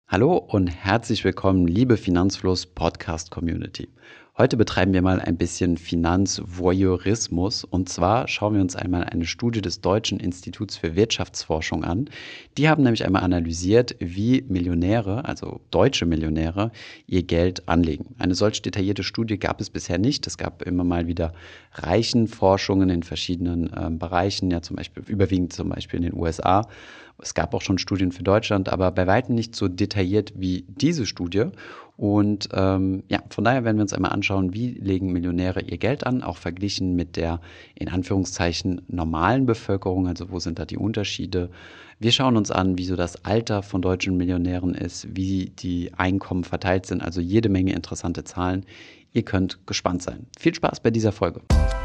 Hallo und herzlich willkommen, liebe Finanzfluss Podcast Community. Heute betreiben wir mal ein bisschen Finanzvoyeurismus und zwar schauen wir uns einmal eine Studie des Deutschen Instituts für Wirtschaftsforschung an. Die haben nämlich einmal analysiert, wie Millionäre, also deutsche Millionäre, ihr Geld anlegen. Eine solch detaillierte Studie gab es bisher nicht. Es gab immer mal wieder Reichenforschungen in verschiedenen Bereichen, ja überwiegend zum Beispiel in den USA. Es gab auch schon Studien für Deutschland, aber bei weitem nicht so detailliert wie diese Studie. Und von daher werden wir uns einmal anschauen, wie legen Millionäre ihr Geld an, auch verglichen mit der in Anführungszeichen normalen Bevölkerung, also wo sind da die Unterschiede. Wir schauen uns an, wie so das Alter von deutschen Millionären ist, wie die Einkommen verteilt sind, also jede Menge interessante Zahlen. Ihr könnt gespannt sein. Viel Spaß bei dieser Folge.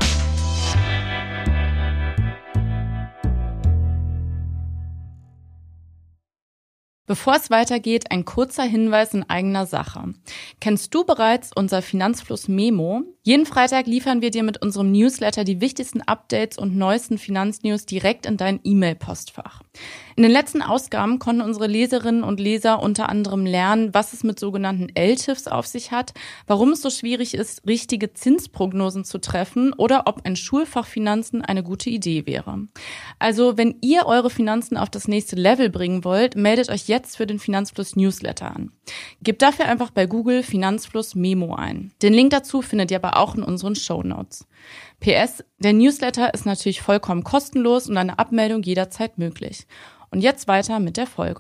Bevor es weitergeht, ein kurzer Hinweis in eigener Sache. Kennst du bereits unser Finanzfluss Memo? Jeden Freitag liefern wir dir mit unserem Newsletter die wichtigsten Updates und neuesten Finanznews direkt in dein E-Mail-Postfach. In den letzten Ausgaben konnten unsere Leserinnen und Leser unter anderem lernen, was es mit sogenannten LTIFs auf sich hat, warum es so schwierig ist, richtige Zinsprognosen zu treffen oder ob ein Schulfach Finanzen eine gute Idee wäre. Also, wenn ihr eure Finanzen auf das nächste Level bringen wollt, meldet euch jetzt für den Finanzfluss Newsletter an. Gebt dafür einfach bei Google Finanzfluss Memo ein. Den Link dazu findet ihr aber auch in unseren Shownotes. PS, der Newsletter ist natürlich vollkommen kostenlos und eine Abmeldung jederzeit möglich. Und jetzt weiter mit der Folge.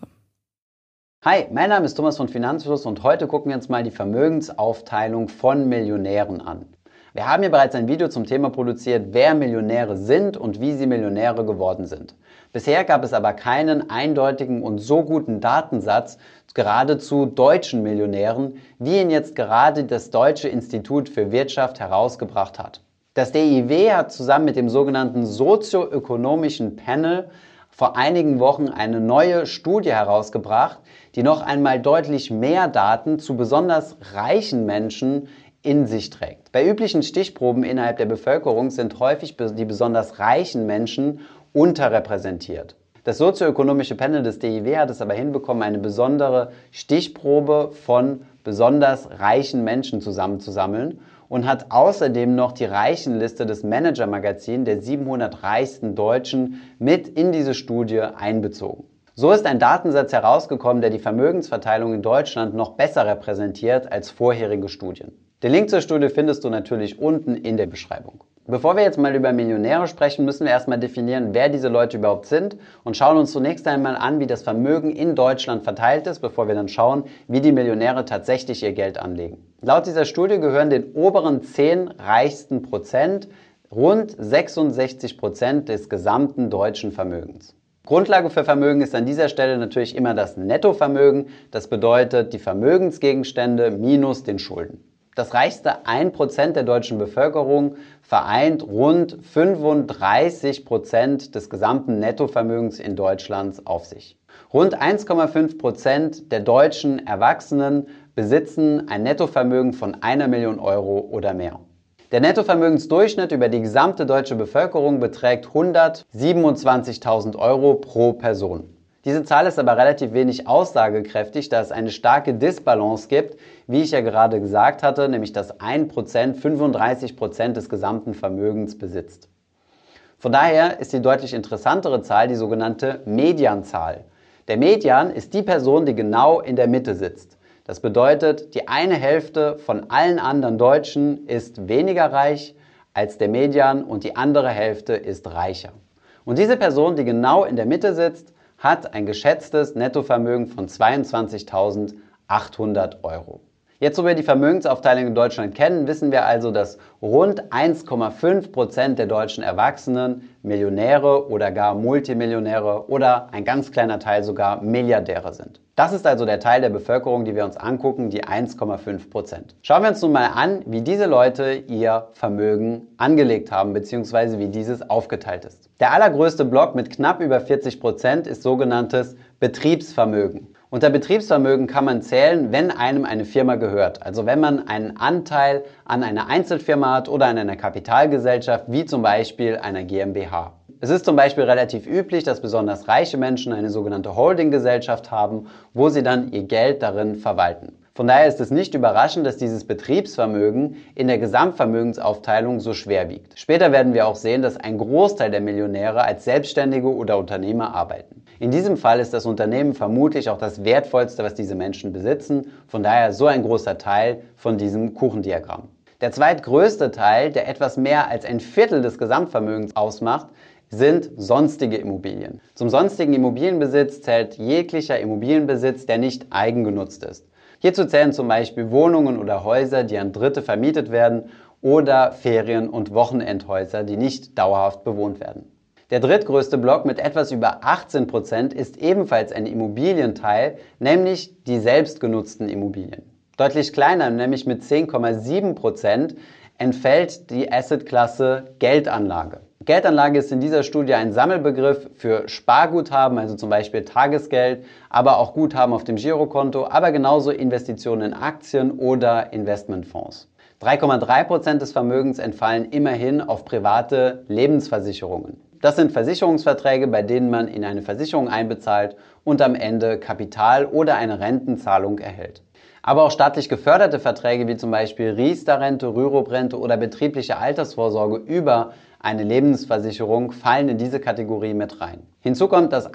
Hi, mein Name ist Thomas von Finanzfluss und heute gucken wir uns mal die Vermögensaufteilung von Millionären an. Wir haben hier bereits ein Video zum Thema produziert, wer Millionäre sind und wie sie Millionäre geworden sind. Bisher gab es aber keinen eindeutigen und so guten Datensatz gerade zu deutschen Millionären, wie ihn jetzt gerade das Deutsche Institut für Wirtschaft herausgebracht hat. Das DIW hat zusammen mit dem sogenannten sozioökonomischen Panel vor einigen Wochen eine neue Studie herausgebracht, die noch einmal deutlich mehr Daten zu besonders reichen Menschen in sich trägt. Bei üblichen Stichproben innerhalb der Bevölkerung sind häufig die besonders reichen Menschen unterrepräsentiert. Das sozioökonomische Panel des DIW hat es aber hinbekommen, eine besondere Stichprobe von besonders reichen Menschen zusammenzusammeln und hat außerdem noch die Reichenliste des Manager-Magazin der 700 reichsten Deutschen mit in diese Studie einbezogen. So ist ein Datensatz herausgekommen, der die Vermögensverteilung in Deutschland noch besser repräsentiert als vorherige Studien. Den Link zur Studie findest du natürlich unten in der Beschreibung. Bevor wir jetzt mal über Millionäre sprechen, müssen wir erstmal definieren, wer diese Leute überhaupt sind und schauen uns zunächst einmal an, wie das Vermögen in Deutschland verteilt ist, bevor wir dann schauen, wie die Millionäre tatsächlich ihr Geld anlegen. Laut dieser Studie gehören den oberen 10 reichsten Prozent rund 66% des gesamten deutschen Vermögens. Grundlage für Vermögen ist an dieser Stelle natürlich immer das Nettovermögen, das bedeutet die Vermögensgegenstände minus den Schulden. Das reichste 1% der deutschen Bevölkerung vereint rund 35% des gesamten Nettovermögens in Deutschland auf sich. Rund 1,5% der deutschen Erwachsenen besitzen ein Nettovermögen von 1 Million Euro oder mehr. Der Nettovermögensdurchschnitt über die gesamte deutsche Bevölkerung beträgt 127.000 Euro pro Person. Diese Zahl ist aber relativ wenig aussagekräftig, da es eine starke Disbalance gibt, wie ich ja gerade gesagt hatte, nämlich dass 1% 35% des gesamten Vermögens besitzt. Von daher ist die deutlich interessantere Zahl die sogenannte Medianzahl. Der Median ist die Person, die genau in der Mitte sitzt. Das bedeutet, die eine Hälfte von allen anderen Deutschen ist weniger reich als der Median und die andere Hälfte ist reicher. Und diese Person, die genau in der Mitte sitzt, hat ein geschätztes Nettovermögen von 22.800 Euro. Jetzt, wo wir die Vermögensaufteilung in Deutschland kennen, wissen wir also, dass rund 1,5% der deutschen Erwachsenen Millionäre oder gar Multimillionäre oder ein ganz kleiner Teil sogar Milliardäre sind. Das ist also der Teil der Bevölkerung, die wir uns angucken, die 1,5%. Schauen wir uns nun mal an, wie diese Leute ihr Vermögen angelegt haben bzw. wie dieses aufgeteilt ist. Der allergrößte Block mit knapp über 40% ist sogenanntes Betriebsvermögen. Unter Betriebsvermögen kann man zählen, wenn einem eine Firma gehört, also wenn man einen Anteil an einer Einzelfirma hat oder an einer Kapitalgesellschaft, wie zum Beispiel einer GmbH. Es ist zum Beispiel relativ üblich, dass besonders reiche Menschen eine sogenannte Holdinggesellschaft haben, wo sie dann ihr Geld darin verwalten. Von daher ist es nicht überraschend, dass dieses Betriebsvermögen in der Gesamtvermögensaufteilung so schwer wiegt. Später werden wir auch sehen, dass ein Großteil der Millionäre als Selbstständige oder Unternehmer arbeiten. In diesem Fall ist das Unternehmen vermutlich auch das Wertvollste, was diese Menschen besitzen, von daher so ein großer Teil von diesem Kuchendiagramm. Der zweitgrößte Teil, der etwas mehr als ein Viertel des Gesamtvermögens ausmacht, sind sonstige Immobilien. Zum sonstigen Immobilienbesitz zählt jeglicher Immobilienbesitz, der nicht eigengenutzt ist. Hierzu zählen zum Beispiel Wohnungen oder Häuser, die an Dritte vermietet werden, oder Ferien- und Wochenendhäuser, die nicht dauerhaft bewohnt werden. Der drittgrößte Block mit etwas über 18% ist ebenfalls ein Immobilienteil, nämlich die selbstgenutzten Immobilien. Deutlich kleiner, nämlich mit 10,7%, entfällt die Assetklasse Geldanlage. Geldanlage ist in dieser Studie ein Sammelbegriff für Sparguthaben, also zum Beispiel Tagesgeld, aber auch Guthaben auf dem Girokonto, aber genauso Investitionen in Aktien oder Investmentfonds. 3,3% des Vermögens entfallen immerhin auf private Lebensversicherungen. Das sind Versicherungsverträge, bei denen man in eine Versicherung einbezahlt und am Ende Kapital oder eine Rentenzahlung erhält. Aber auch staatlich geförderte Verträge wie zum Beispiel Riester-Rente, Rürup-Rente oder betriebliche Altersvorsorge über eine Lebensversicherung fallen in diese Kategorie mit rein. Hinzu kommt, dass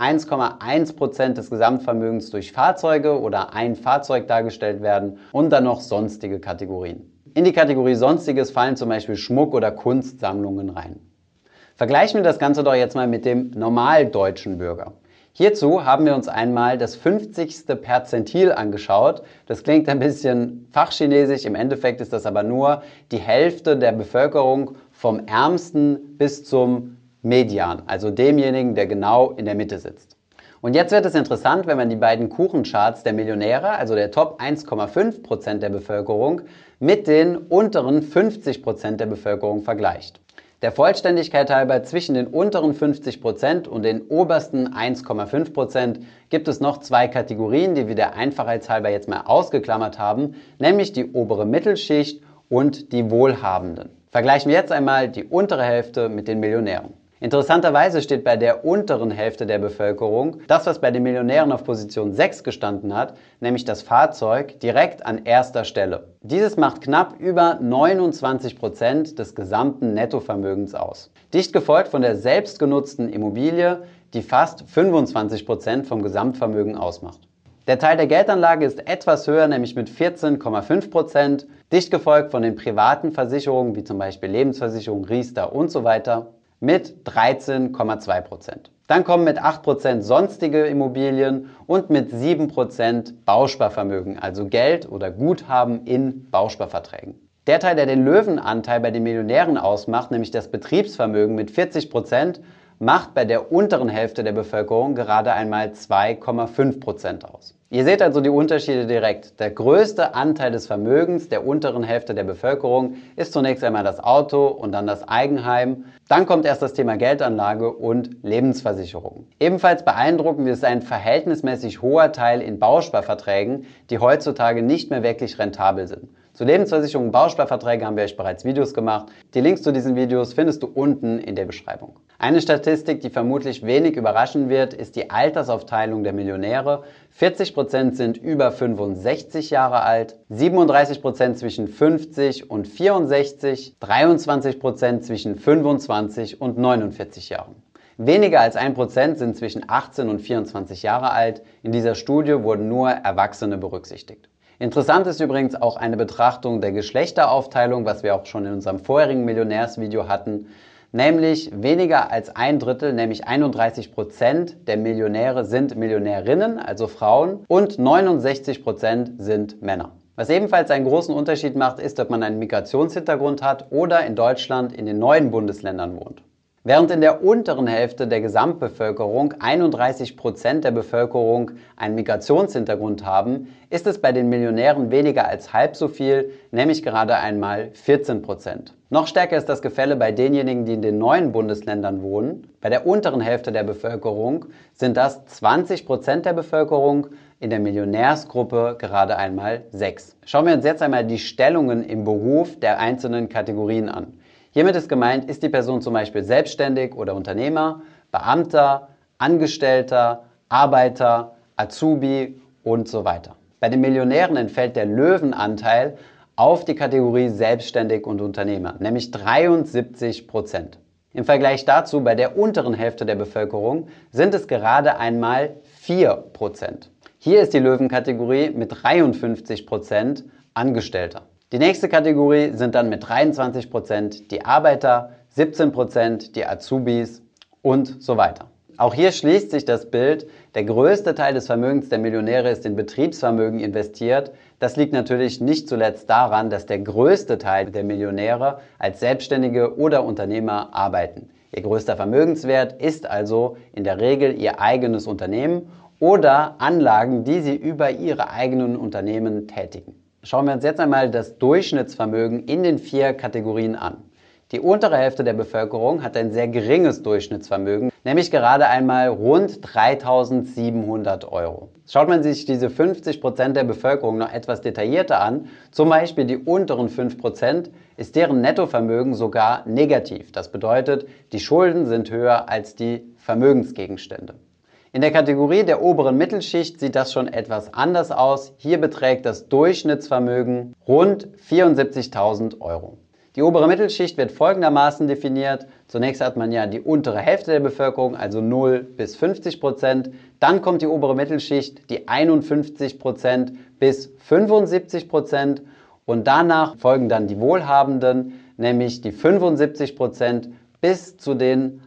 1,1% des Gesamtvermögens durch Fahrzeuge oder ein Fahrzeug dargestellt werden und dann noch sonstige Kategorien. In die Kategorie Sonstiges fallen zum Beispiel Schmuck- oder Kunstsammlungen rein. Vergleichen wir das Ganze doch jetzt mal mit dem normaldeutschen Bürger. Hierzu haben wir uns einmal das 50. Perzentil angeschaut. Das klingt ein bisschen fachchinesisch, im Endeffekt ist das aber nur die Hälfte der Bevölkerung vom Ärmsten bis zum Median, also demjenigen, der genau in der Mitte sitzt. Und jetzt wird es interessant, wenn man die beiden Kuchencharts der Millionäre, also der Top 1,5% der Bevölkerung, mit den unteren 50% der Bevölkerung vergleicht. Der Vollständigkeit halber zwischen den unteren 50% und den obersten 1,5% gibt es noch zwei Kategorien, die wir der Einfachheit halber jetzt mal ausgeklammert haben, nämlich die obere Mittelschicht und die Wohlhabenden. Vergleichen wir jetzt einmal die untere Hälfte mit den Millionären. Interessanterweise steht bei der unteren Hälfte der Bevölkerung das, was bei den Millionären auf Position 6 gestanden hat, nämlich das Fahrzeug, direkt an erster Stelle. Dieses macht knapp über 29% des gesamten Nettovermögens aus. Dicht gefolgt von der selbstgenutzten Immobilie, die fast 25% vom Gesamtvermögen ausmacht. Der Teil der Geldanlage ist etwas höher, nämlich mit 14,5%, dicht gefolgt von den privaten Versicherungen, wie zum Beispiel Lebensversicherung, Riester und so weiter, mit 13,2%. Dann kommen mit 8% sonstige Immobilien und mit 7% Bausparvermögen, also Geld oder Guthaben in Bausparverträgen. Der Teil, der den Löwenanteil bei den Millionären ausmacht, nämlich das Betriebsvermögen mit 40%, macht bei der unteren Hälfte der Bevölkerung gerade einmal 2,5% aus. Ihr seht also die Unterschiede direkt. Der größte Anteil des Vermögens der unteren Hälfte der Bevölkerung ist zunächst einmal das Auto und dann das Eigenheim. Dann kommt erst das Thema Geldanlage und Lebensversicherung. Ebenfalls beeindruckend ist ein verhältnismäßig hoher Teil in Bausparverträgen, die heutzutage nicht mehr wirklich rentabel sind. Zu Lebensversicherungen und Bausparverträgen haben wir euch bereits Videos gemacht. Die Links zu diesen Videos findest du unten in der Beschreibung. Eine Statistik, die vermutlich wenig überraschen wird, ist die Altersaufteilung der Millionäre. 40% sind über 65 Jahre alt, 37% zwischen 50 und 64, 23% zwischen 25 und 49 Jahren. Weniger als 1% sind zwischen 18 und 24 Jahre alt. In dieser Studie wurden nur Erwachsene berücksichtigt. Interessant ist übrigens auch eine Betrachtung der Geschlechteraufteilung, was wir auch schon in unserem vorherigen Millionärsvideo hatten. Nämlich weniger als ein Drittel, nämlich 31% der Millionäre sind Millionärinnen, also Frauen, und 69% sind Männer. Was ebenfalls einen großen Unterschied macht, ist, ob man einen Migrationshintergrund hat oder in Deutschland in den neuen Bundesländern wohnt. Während in der unteren Hälfte der Gesamtbevölkerung 31% der Bevölkerung einen Migrationshintergrund haben, ist es bei den Millionären weniger als halb so viel, nämlich gerade einmal 14%. Noch stärker ist das Gefälle bei denjenigen, die in den neuen Bundesländern wohnen. Bei der unteren Hälfte der Bevölkerung sind das 20% der Bevölkerung, in der Millionärsgruppe gerade einmal 6. Schauen wir uns jetzt einmal die Stellungen im Beruf der einzelnen Kategorien an. Hiermit ist gemeint, ist die Person zum Beispiel selbstständig oder Unternehmer, Beamter, Angestellter, Arbeiter, Azubi und so weiter. Bei den Millionären entfällt der Löwenanteil auf die Kategorie selbstständig und Unternehmer, nämlich 73%. Im Vergleich dazu, bei der unteren Hälfte der Bevölkerung sind es gerade einmal 4%. Hier ist die Löwenkategorie mit 53% Angestellter. Die nächste Kategorie sind dann mit 23% die Arbeiter, 17% die Azubis und so weiter. Auch hier schließt sich das Bild, der größte Teil des Vermögens der Millionäre ist in Betriebsvermögen investiert. Das liegt natürlich nicht zuletzt daran, dass der größte Teil der Millionäre als Selbstständige oder Unternehmer arbeiten. Ihr größter Vermögenswert ist also in der Regel ihr eigenes Unternehmen oder Anlagen, die sie über ihre eigenen Unternehmen tätigen. Schauen wir uns jetzt einmal das Durchschnittsvermögen in den 4 Kategorien an. Die untere Hälfte der Bevölkerung hat ein sehr geringes Durchschnittsvermögen, nämlich gerade einmal rund 3.700 €. Schaut man sich diese 50% der Bevölkerung noch etwas detaillierter an, zum Beispiel die unteren 5%, ist deren Nettovermögen sogar negativ. Das bedeutet, die Schulden sind höher als die Vermögensgegenstände. In der Kategorie der oberen Mittelschicht sieht das schon etwas anders aus. Hier beträgt das Durchschnittsvermögen rund 74.000 €. Die obere Mittelschicht wird folgendermaßen definiert. Zunächst hat man ja die untere Hälfte der Bevölkerung, also 0 bis 50%. Dann kommt die obere Mittelschicht, die 51% bis 75%. Und danach folgen dann die Wohlhabenden, nämlich die 75% bis zu den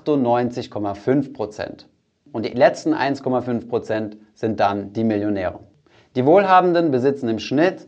98,5%. Und die letzten 1,5% sind dann die Millionäre. Die Wohlhabenden besitzen im Schnitt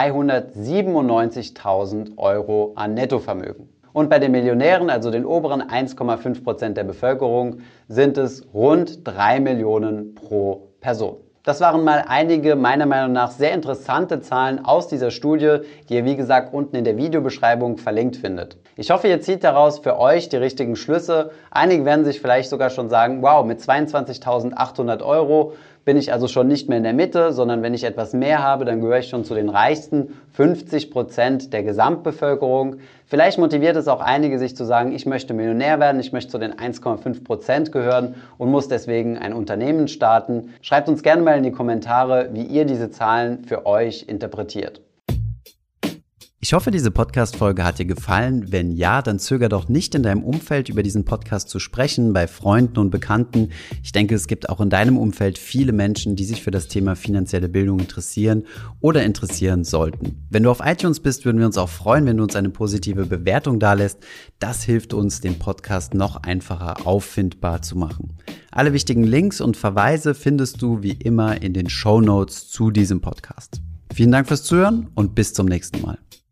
297.000 € an Nettovermögen. Und bei den Millionären, also den oberen 1,5% der Bevölkerung, sind es rund 3 Millionen pro Person. Das waren mal einige meiner Meinung nach sehr interessante Zahlen aus dieser Studie, die ihr wie gesagt unten in der Videobeschreibung verlinkt findet. Ich hoffe, ihr zieht daraus für euch die richtigen Schlüsse. Einige werden sich vielleicht sogar schon sagen, wow, mit 22.800 € bin ich also schon nicht mehr in der Mitte, sondern wenn ich etwas mehr habe, dann gehöre ich schon zu den reichsten 50% der Gesamtbevölkerung. Vielleicht motiviert es auch einige, sich zu sagen, ich möchte Millionär werden, ich möchte zu den 1,5% gehören und muss deswegen ein Unternehmen starten. Schreibt uns gerne mal in die Kommentare, wie ihr diese Zahlen für euch interpretiert. Ich hoffe, diese Podcast-Folge hat dir gefallen. Wenn ja, dann zöger doch nicht, in deinem Umfeld über diesen Podcast zu sprechen, bei Freunden und Bekannten. Ich denke, es gibt auch in deinem Umfeld viele Menschen, die sich für das Thema finanzielle Bildung interessieren oder interessieren sollten. Wenn du auf iTunes bist, würden wir uns auch freuen, wenn du uns eine positive Bewertung dalässt. Das hilft uns, den Podcast noch einfacher auffindbar zu machen. Alle wichtigen Links und Verweise findest du wie immer in den Shownotes zu diesem Podcast. Vielen Dank fürs Zuhören und bis zum nächsten Mal.